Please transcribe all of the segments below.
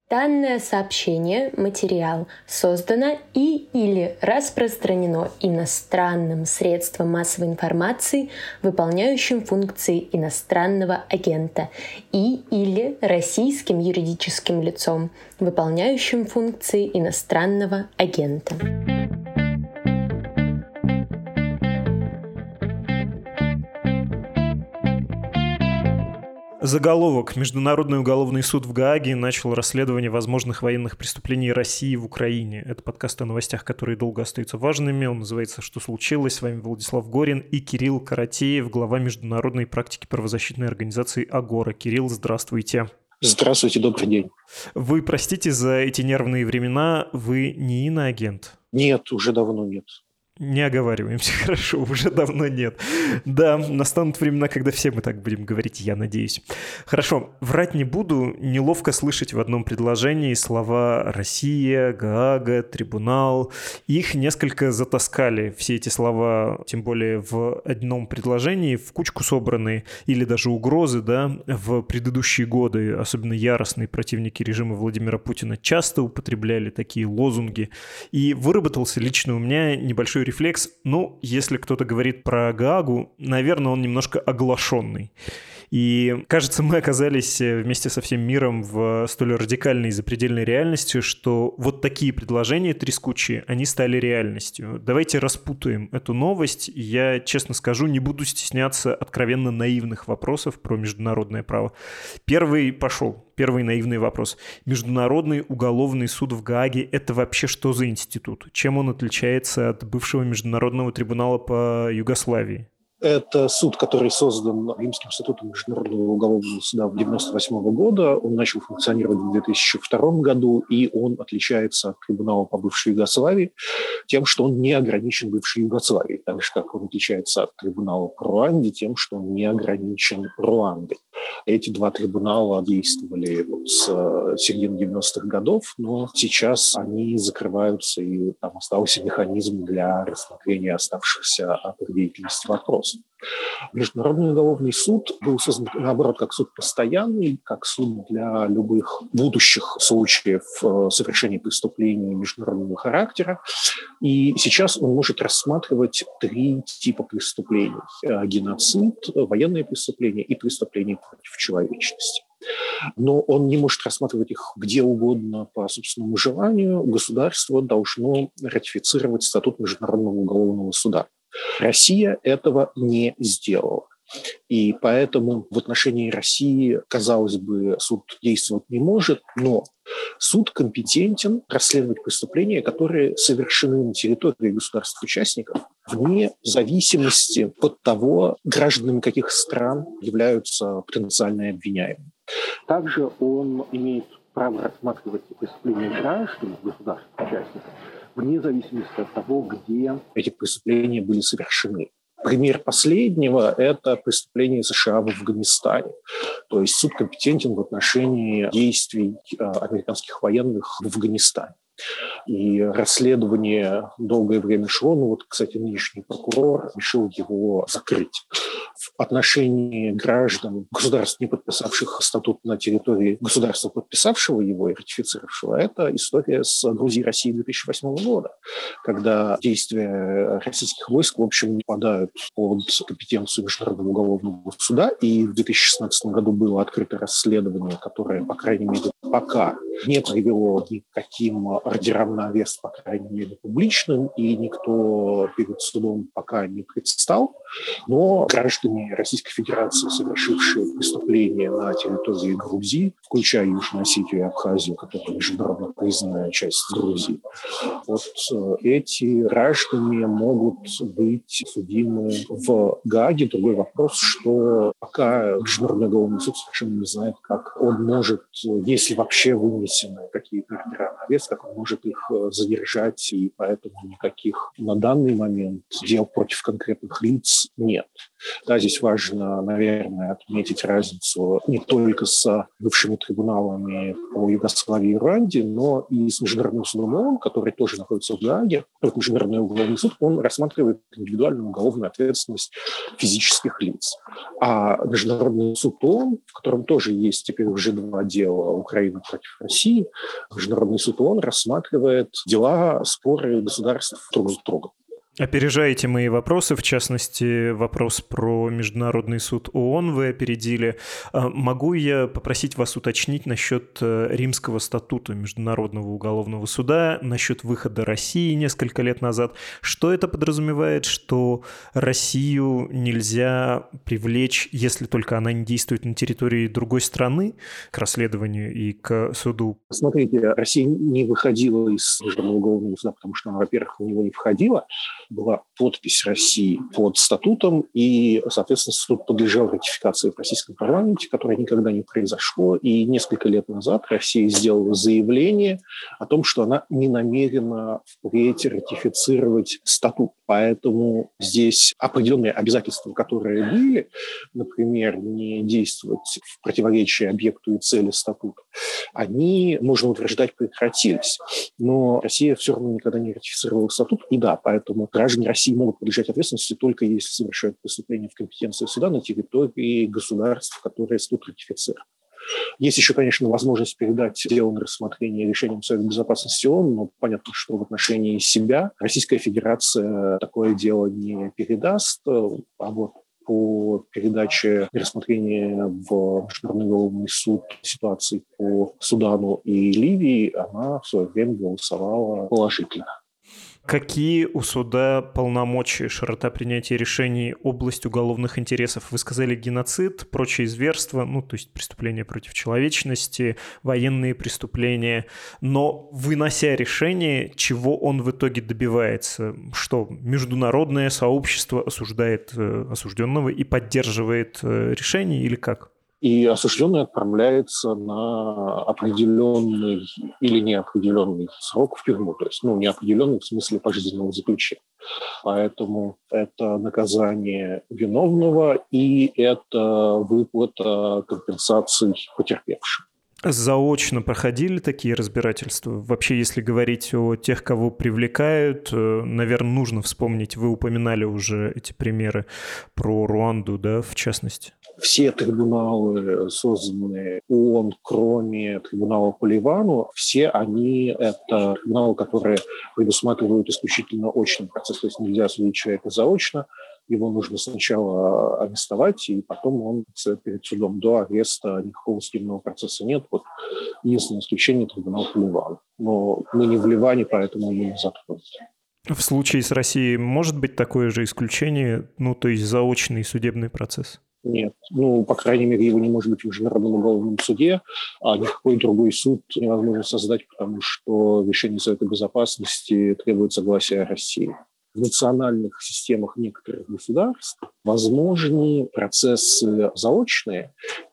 Данное сообщение, материал, создано или распространено иностранным средством массовой информации, выполняющим функции иностранного агента, или российским юридическим лицом, выполняющим функции иностранного агента. Заголовок. Международный уголовный суд в Гааге начал расследование возможных военных преступлений России в Украине. Это подкаст о новостях, которые долго остаются важными. Он называется «Что случилось?». С вами Владислав Горин и Кирилл Каратеев, глава международной практики правозащитной организации «Агора». Кирилл, здравствуйте. Здравствуйте, добрый день. Вы простите за эти нервные времена, вы не иноагент? Нет, уже давно нет. Не оговариваемся, хорошо, уже давно нет. Да, настанут времена, когда все мы так будем говорить, я надеюсь. Хорошо, врать не буду, неловко слышать в одном предложении слова «Россия», «Гаага», «Трибунал». Их несколько затаскали, все эти слова, тем более в одном предложении, в кучку собранные, или даже угрозы, да, в предыдущие годы, особенно яростные противники режима Владимира Путина часто употребляли такие лозунги. И выработался лично у меня небольшой рефлекс, если кто-то говорит про Гаагу, наверное, он немножко оглашенный. И, кажется, мы оказались вместе со всем миром в столь радикальной и запредельной реальности, что вот такие предложения трескучие, они стали реальностью. Давайте распутаем эту новость. Я, честно скажу, не буду стесняться откровенно наивных вопросов про международное право. Первый наивный вопрос. Международный уголовный суд в Гааге – это вообще что за институт? Чем он отличается от бывшего международного трибунала по Югославии? Это суд, который создан Римским статутом Международного уголовного суда в 1998 года. Он начал функционировать в 2002 году, и он отличается от трибунала по бывшей Югославии тем, что он не ограничен бывшей Югославией, так же, как он отличается от трибунала по Руанде тем, что он не ограничен Руандой. Эти два трибунала действовали с середины 90-х годов, но сейчас они закрываются, и там остался механизм для рассмотрения оставшихся от их деятельности вопросов. Международный уголовный суд был создан, наоборот, как суд постоянный, как суд для любых будущих случаев совершения преступлений международного характера. И сейчас он может рассматривать 3 типа преступлений: геноцид, военные преступления и преступления против человечности. Но он не может рассматривать их где угодно по собственному желанию. Государство должно ратифицировать статут Международного уголовного суда. Россия этого не сделала. И поэтому в отношении России, казалось бы, суд действовать не может, но суд компетентен расследовать преступления, которые совершены на территории государств-участников, вне зависимости от того, гражданами каких стран являются потенциальные обвиняемые. Также он имеет право рассматривать преступления граждан государств-участников вне зависимости от того, где эти преступления были совершены. Пример последнего – это преступление США в Афганистане. То есть суд компетентен в отношении действий американских военных в Афганистане. И расследование долгое время шло, кстати, нынешний прокурор решил его закрыть. В отношении граждан государств, не подписавших статут на территории государства, подписавшего его и ратифицировавшего, это история с Грузией и Россией 2008 года, когда действия российских войск, в общем, не попадают под компетенцию Международного уголовного суда, и в 2016 году было открыто расследование, которое, по крайней мере, пока не привело ни к каким ордерам на арест, по крайней мере, публичным, и никто перед судом пока не предстал. Но граждане Российской Федерации, совершившие преступления на территории Грузии, включая Южную Осетию и Абхазию, которая международно признанная часть Грузии, эти граждане могут быть судимы в Гааге. Другой вопрос, что пока Международный уголовный суд совершенно не знает, как он может, если вообще вынесены какие-то ордера на арест, как он может их задержать, и поэтому никаких на данный момент дел против конкретных лиц нет. Да, здесь важно, наверное, отметить разницу не только с бывшими трибуналами по Югославии и Руанде, но и с Международным судом ООН, который тоже находится в Гааге. Международный уголовный суд, он рассматривает индивидуальную уголовную ответственность физических лиц. А Международный суд ООН, в котором тоже есть теперь уже 2 дела Украины против России, Международный суд ООН рассматривает дела, споры государств друг с другом. Опережаете мои вопросы, в частности, вопрос про Международный суд ООН вы опередили. Могу я попросить вас уточнить насчет Римского статута Международного уголовного суда, насчет выхода России несколько лет назад? Что это подразумевает, что Россию нельзя привлечь, если только она не действует на территории другой страны, к расследованию и к суду? Смотрите, Россия не выходила из Международного уголовного суда, потому что она, во-первых, в него не входила. Была подпись России под статутом, и, соответственно, статут подлежал ратификации в российском парламенте, которое никогда не произошло. И несколько лет назад Россия сделала заявление о том, что она не намерена впредь ратифицировать статут. Поэтому здесь определенные обязательства, которые были, например, не действовать в противоречии объекту и цели статута, они, можно утверждать, прекратились. Но Россия все равно никогда не ратифицировала статут. И да, поэтому граждане России могут подлежать ответственности только если совершают преступления в компетенции суда на территории государств, которые статут ратифицируют. Есть еще, конечно, возможность передать дело на рассмотрение решением Совета Безопасности ООН, но понятно, что в отношении себя Российская Федерация такое дело не передаст, а вот по передаче и рассмотрению в Международный уголовный суд ситуации по Судану и Ливии она в свое время голосовала положительно. Какие у суда полномочия, широта принятия решений, область уголовных интересов? Вы сказали геноцид, прочие зверства, то есть преступления против человечности, военные преступления. Но вынося решение, чего он в итоге добивается? Что международное сообщество осуждает осужденного и поддерживает решение или как? И осужденный отправляется на определенный или неопределенный срок в тюрьму. То есть, неопределенный в смысле пожизненного заключения. Поэтому это наказание виновного и это выплата компенсаций потерпевшим. Заочно проходили такие разбирательства? Вообще, если говорить о тех, кого привлекают, наверное, нужно вспомнить, вы упоминали уже эти примеры про Руанду, да, в частности? Все трибуналы, созданные ООН, кроме трибунала по Ливану, все они – это трибуналы, которые предусматривают исключительно очный процесс. То есть нельзя судить человека заочно, его нужно сначала арестовать, и потом он перед судом. До ареста никакого судебного процесса нет. Вот единственное исключение – трибунал по Ливану. Но мы не в Ливане, поэтому мы не затронуты. В случае с Россией может быть такое же исключение, то есть заочный судебный процесс? Нет. По крайней мере, его не может быть в Международном уголовном суде, а никакой другой суд невозможно создать, потому что решение Совета Безопасности требует согласия России. В национальных системах некоторых государств возможны процессы заочные,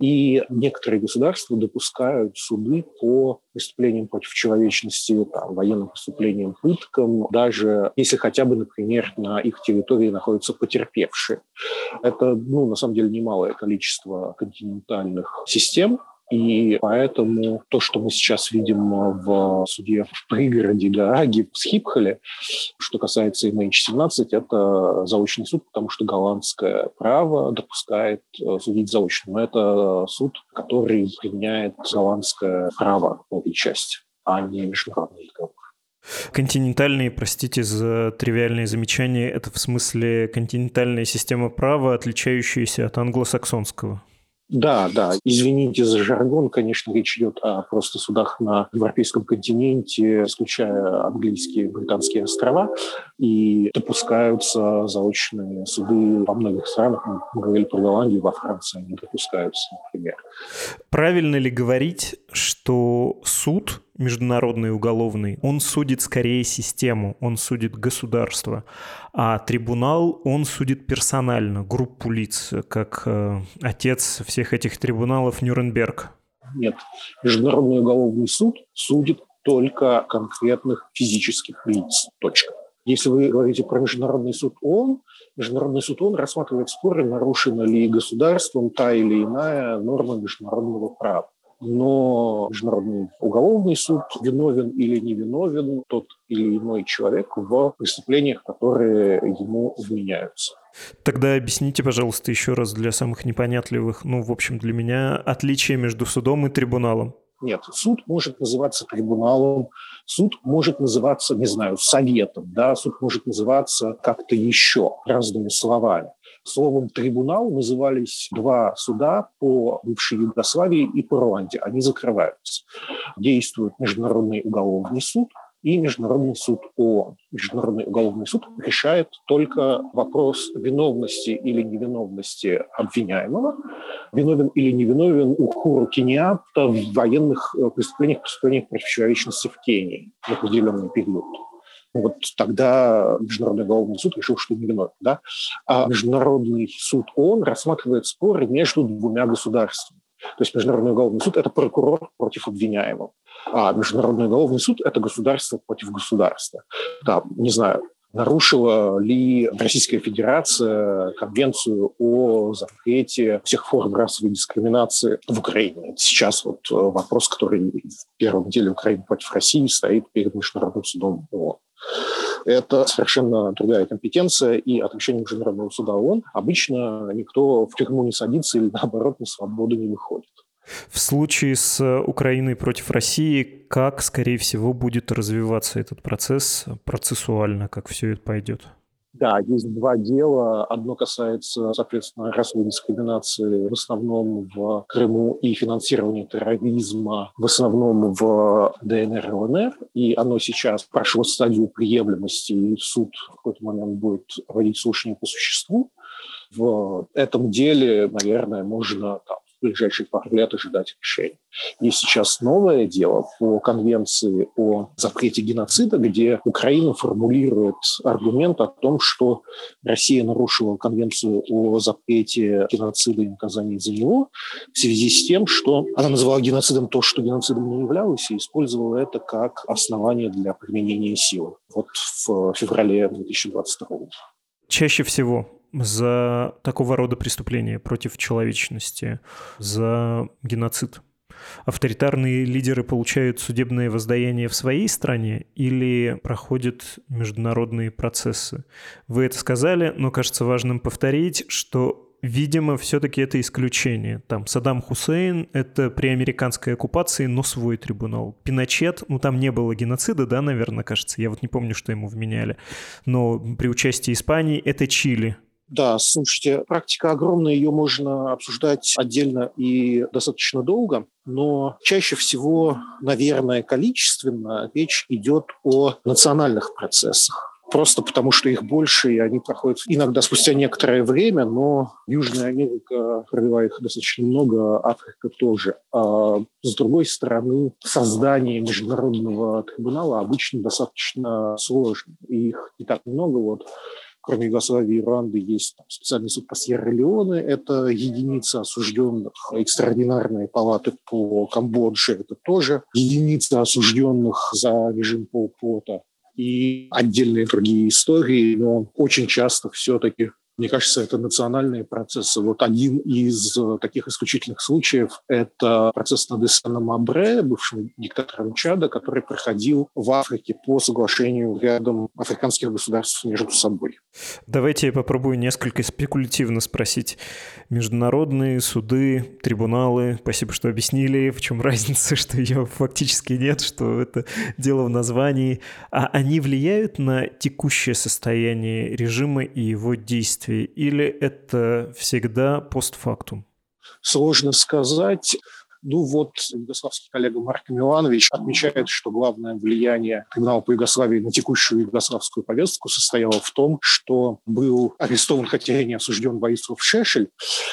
и некоторые государства допускают суды по преступлениям против человечности, военным преступлениям, пыткам, даже если хотя бы, например, на их территории находятся потерпевшие. Это, на самом деле, немалое количество континентальных систем. И поэтому то, что мы сейчас видим в суде в пригороде Гааги, в Схипхоле, что касается MH17, это заочный суд, потому что голландское право допускает судить заочно. Но это суд, который применяет голландское право в этой части, а не международный договор. Континентальные, простите за тривиальные замечания, это в смысле континентальная система права, отличающаяся от англосаксонского? Да. Извините за жаргон. Конечно, речь идет о просто судах на европейском континенте, исключая английские и британские острова. И допускаются заочные суды во многих странах. Мы говорили про Голландию, во Франции они допускаются, например. Правильно ли говорить, что суд международный уголовный, он судит скорее систему, он судит государство, а трибунал, он судит персонально, группу лиц, как отец всех этих трибуналов Нюрнберг? Нет. Международный уголовный суд судит только конкретных физических лиц. Точка. Если вы говорите про Международный суд ООН рассматривает споры, нарушена ли государством та или иная норма международного права. Но Международный уголовный суд виновен или не виновен тот или иной человек в преступлениях, которые ему вменяются. Тогда объясните, пожалуйста, еще раз для самых непонятливых, в общем, для меня, отличие между судом и трибуналом. Нет, суд может называться трибуналом, суд может называться, советом, суд может называться как-то еще разными словами. Словом «трибунал» назывались два суда по бывшей Югославии и по Руанде. Они закрываются. Действует Международный уголовный суд и Международный суд ООН. Международный уголовный суд решает только вопрос виновности или невиновности обвиняемого, виновен или невиновен Ухуру Кеньятта в военных преступлениях против человечности в Кении в определенный период. Тогда Международный уголовный суд решил, что не виновен. А Международный суд ООН рассматривает споры между двумя государствами. То есть Международный уголовный суд – это прокурор против обвиняемого, а Международный уголовный суд – это государство против государства. Нарушила ли Российская Федерация Конвенцию о запрете всех форм расовой дискриминации в Украине? Это сейчас вопрос, который в первом деле Украины против России стоит перед Международным судом ООН. Это совершенно другая компетенция, и от решения Международного суда ООН обычно никто в тюрьму не садится или, наоборот, на свободу не выходит. В случае с Украиной против России, как, скорее всего, будет развиваться этот процесс процессуально, как все это пойдет? Да, есть два дела. Одно касается, соответственно, расовой дискриминации в основном в Крыму и финансирования терроризма в основном в ДНР и ЛНР. И оно сейчас прошло стадию приемлемости, и суд в какой-то момент будет проводить слушание по существу. В этом деле, наверное, можно в ближайшие пару лет ожидать решения. Есть сейчас новое дело по конвенции о запрете геноцида, где Украина формулирует аргумент о том, что Россия нарушила конвенцию о запрете геноцида и наказании за него в связи с тем, что она называла геноцидом то, что геноцидом не являлось, и использовала это как основание для применения силы. В феврале 2022 года. Чаще всего за такого рода преступления против человечности, за геноцид авторитарные лидеры получают судебное воздаяние в своей стране или проходят международные процессы? Вы это сказали, но кажется важным повторить, что, видимо, все-таки это исключение. Саддам Хусейн — это при американской оккупации, но свой трибунал. Пиночет, там не было геноцида, наверное, кажется. Я не помню, что ему вменяли. Но при участии Испании — это Чили. Да, слушайте, практика огромная, ее можно обсуждать отдельно и достаточно долго, но чаще всего, наверное, количественно речь идет о национальных процессах. Просто потому, что их больше, и они проходят иногда спустя некоторое время, но Южная Америка провела их достаточно много, Африка тоже. А с другой стороны, создание международного трибунала обычно достаточно сложно. И их не так много. Кроме Югославии и Руанды есть специальный суд по Сьерра-Леоне, это единица осужденных, экстраординарные палаты по Камбодже, это тоже единица осужденных за режим Пол Пота и отдельные другие истории, но очень часто все-таки, мне кажется, это национальные процессы. Один из таких исключительных случаев – это процесс над Иссаном Абре, бывшим диктатором Чада, который проходил в Африке по соглашению рядом африканских государств между собой. Давайте я попробую несколько спекулятивно спросить. Международные суды, трибуналы, спасибо, что объяснили, в чем разница, что ее фактически нет, что это дело в названии. А они влияют на текущее состояние режима и его действий? Или это всегда постфактум? Сложно сказать. Югославский коллега Марко Миланович отмечает, что главное влияние трибунала по Югославии на текущую югославскую повестку состояло в том, что был арестован, хотя и не осужден, Борислав Шешель,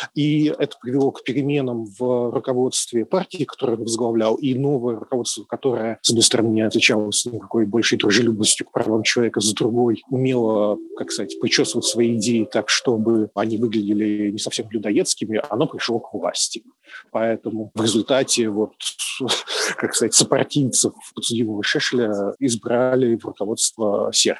и это привело к переменам в руководстве партии, которую он возглавлял, и новое руководство, которое, с одной стороны, не отличалось никакой большей дружелюбностью к правам человека, с другой умело, причесывать свои идеи так, чтобы они выглядели не совсем людоедскими, оно пришло к власти. Поэтому в результате, как сказать, сопартийцев подсудимого Шешеля избрали в руководство СЕР.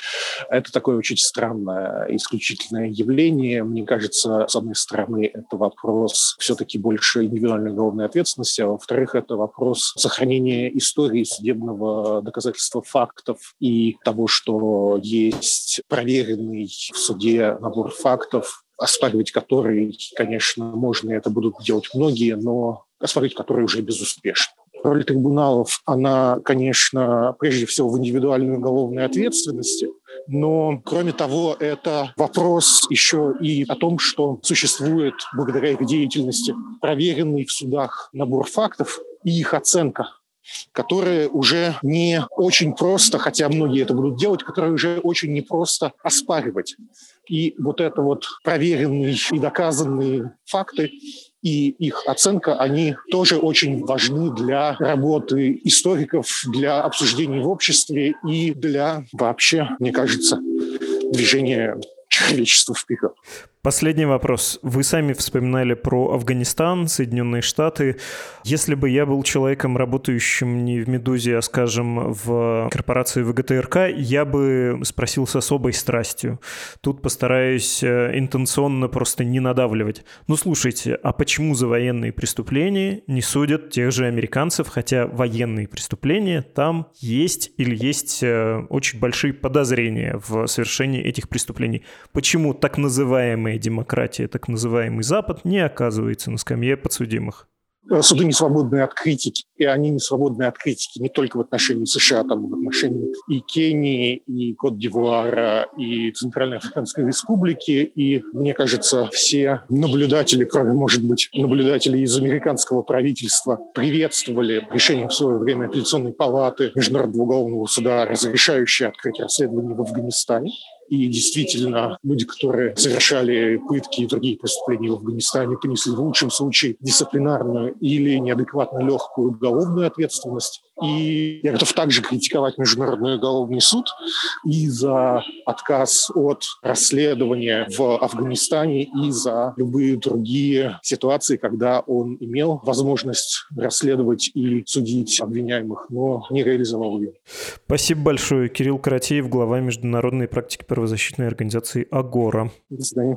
Это такое очень странное, исключительное явление. Мне кажется, с одной стороны, это вопрос все-таки больше индивидуальной уголовной ответственности, а во-вторых, это вопрос сохранения истории судебного доказательства фактов и того, что есть проверенный в суде набор фактов, оспаривать которые, конечно, можно, и это будут делать многие, но оспаривать которые уже безуспешно. Роль трибуналов, она, конечно, прежде всего в индивидуальной уголовной ответственности, но, кроме того, это вопрос еще и о том, что существует, благодаря их деятельности, проверенный в судах набор фактов и их оценка, которые уже не очень просто, хотя многие это будут делать, которые уже очень непросто оспаривать. И это проверенные и доказанные факты и их оценка, они тоже очень важны для работы историков, для обсуждений в обществе и для вообще, мне кажется, движения человечества вперед. Последний вопрос. Вы сами вспоминали про Афганистан, Соединенные Штаты. Если бы я был человеком, работающим не в «Медузе», а, скажем, в корпорации ВГТРК, я бы спросил с особой страстью. Тут постараюсь интенционно просто не надавливать. Слушайте, а почему за военные преступления не судят тех же американцев, хотя военные преступления там есть или есть очень большие подозрения в совершении этих преступлений? Почему так называемые демократия, так называемый Запад, не оказывается на скамье подсудимых? Суды не свободны от критики, и они не свободны от критики не только в отношении США, там, в отношении и Кении, и Кот-д'Ивуара, и Центральной Африканской Республики. И, мне кажется, все наблюдатели, кроме, может быть, наблюдателей из американского правительства, приветствовали решение в свое время апелляционной палаты Международного уголовного суда, разрешающее открыть расследование в Афганистане. И действительно, люди, которые совершали пытки и другие преступления в Афганистане, понесли в лучшем случае дисциплинарную или неадекватно легкую уголовную ответственность. И я готов также критиковать Международный уголовный суд и за отказ от расследования в Афганистане, и за любые другие ситуации, когда он имел возможность расследовать и судить обвиняемых, но не реализовал ее. Спасибо большое. Кирилл Каратеев, глава международной практики правозащитной организации «Агора». До свидания.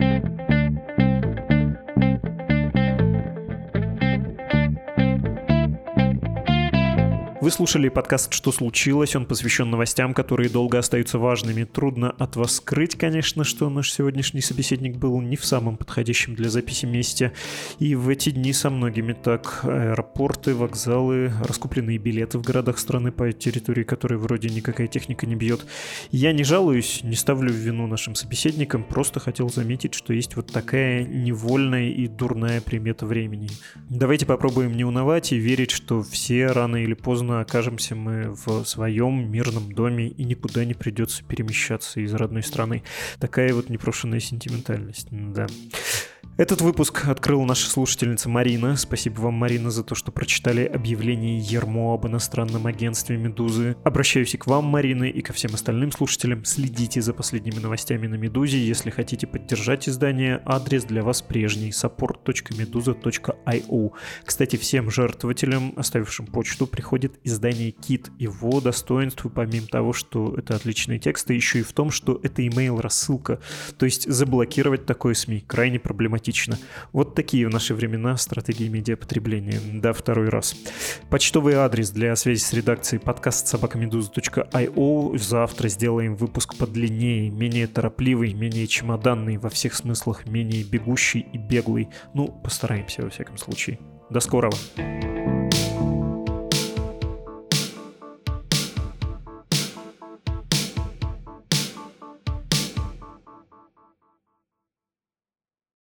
Вы слушали подкаст «Что случилось?». Он посвящен новостям, которые долго остаются важными. Трудно от вас скрыть, конечно, что наш сегодняшний собеседник был не в самом подходящем для записи месте. И в эти дни со многими так. Аэропорты, вокзалы, раскупленные билеты в городах страны по территории, которой вроде никакая техника не бьет. Я не жалуюсь, не ставлю в вину нашим собеседникам, просто хотел заметить, что есть вот такая невольная и дурная примета времени. Давайте попробуем не унывать и верить, что все рано или поздно окажемся мы в своем мирном доме и никуда не придется перемещаться из родной страны. Такая вот непрошенная сентиментальность, да. Этот выпуск открыла наша слушательница Марина. Спасибо вам, Марина, за то, что прочитали объявление ЕРМО об иностранном агентстве «Медузы». Обращаюсь и к вам, Марина, и ко всем остальным слушателям. Следите за последними новостями на «Медузе». Если хотите поддержать издание, адрес для вас прежний — support.meduza.io. Кстати, всем жертвователям, оставившим почту, приходит издание «Кит». Его достоинство, помимо того, что это отличные тексты, еще и в том, что это email-рассылка. То есть заблокировать такое СМИ крайне проблематично. Вот такие в наши времена стратегии медиапотребления. Да, второй раз. Почтовый адрес для связи с редакцией — podcast@meduza.io. Завтра сделаем выпуск подлиннее, менее торопливый, менее чемоданный, во всех смыслах менее бегущий и беглый. Постараемся, во всяком случае. До скорого.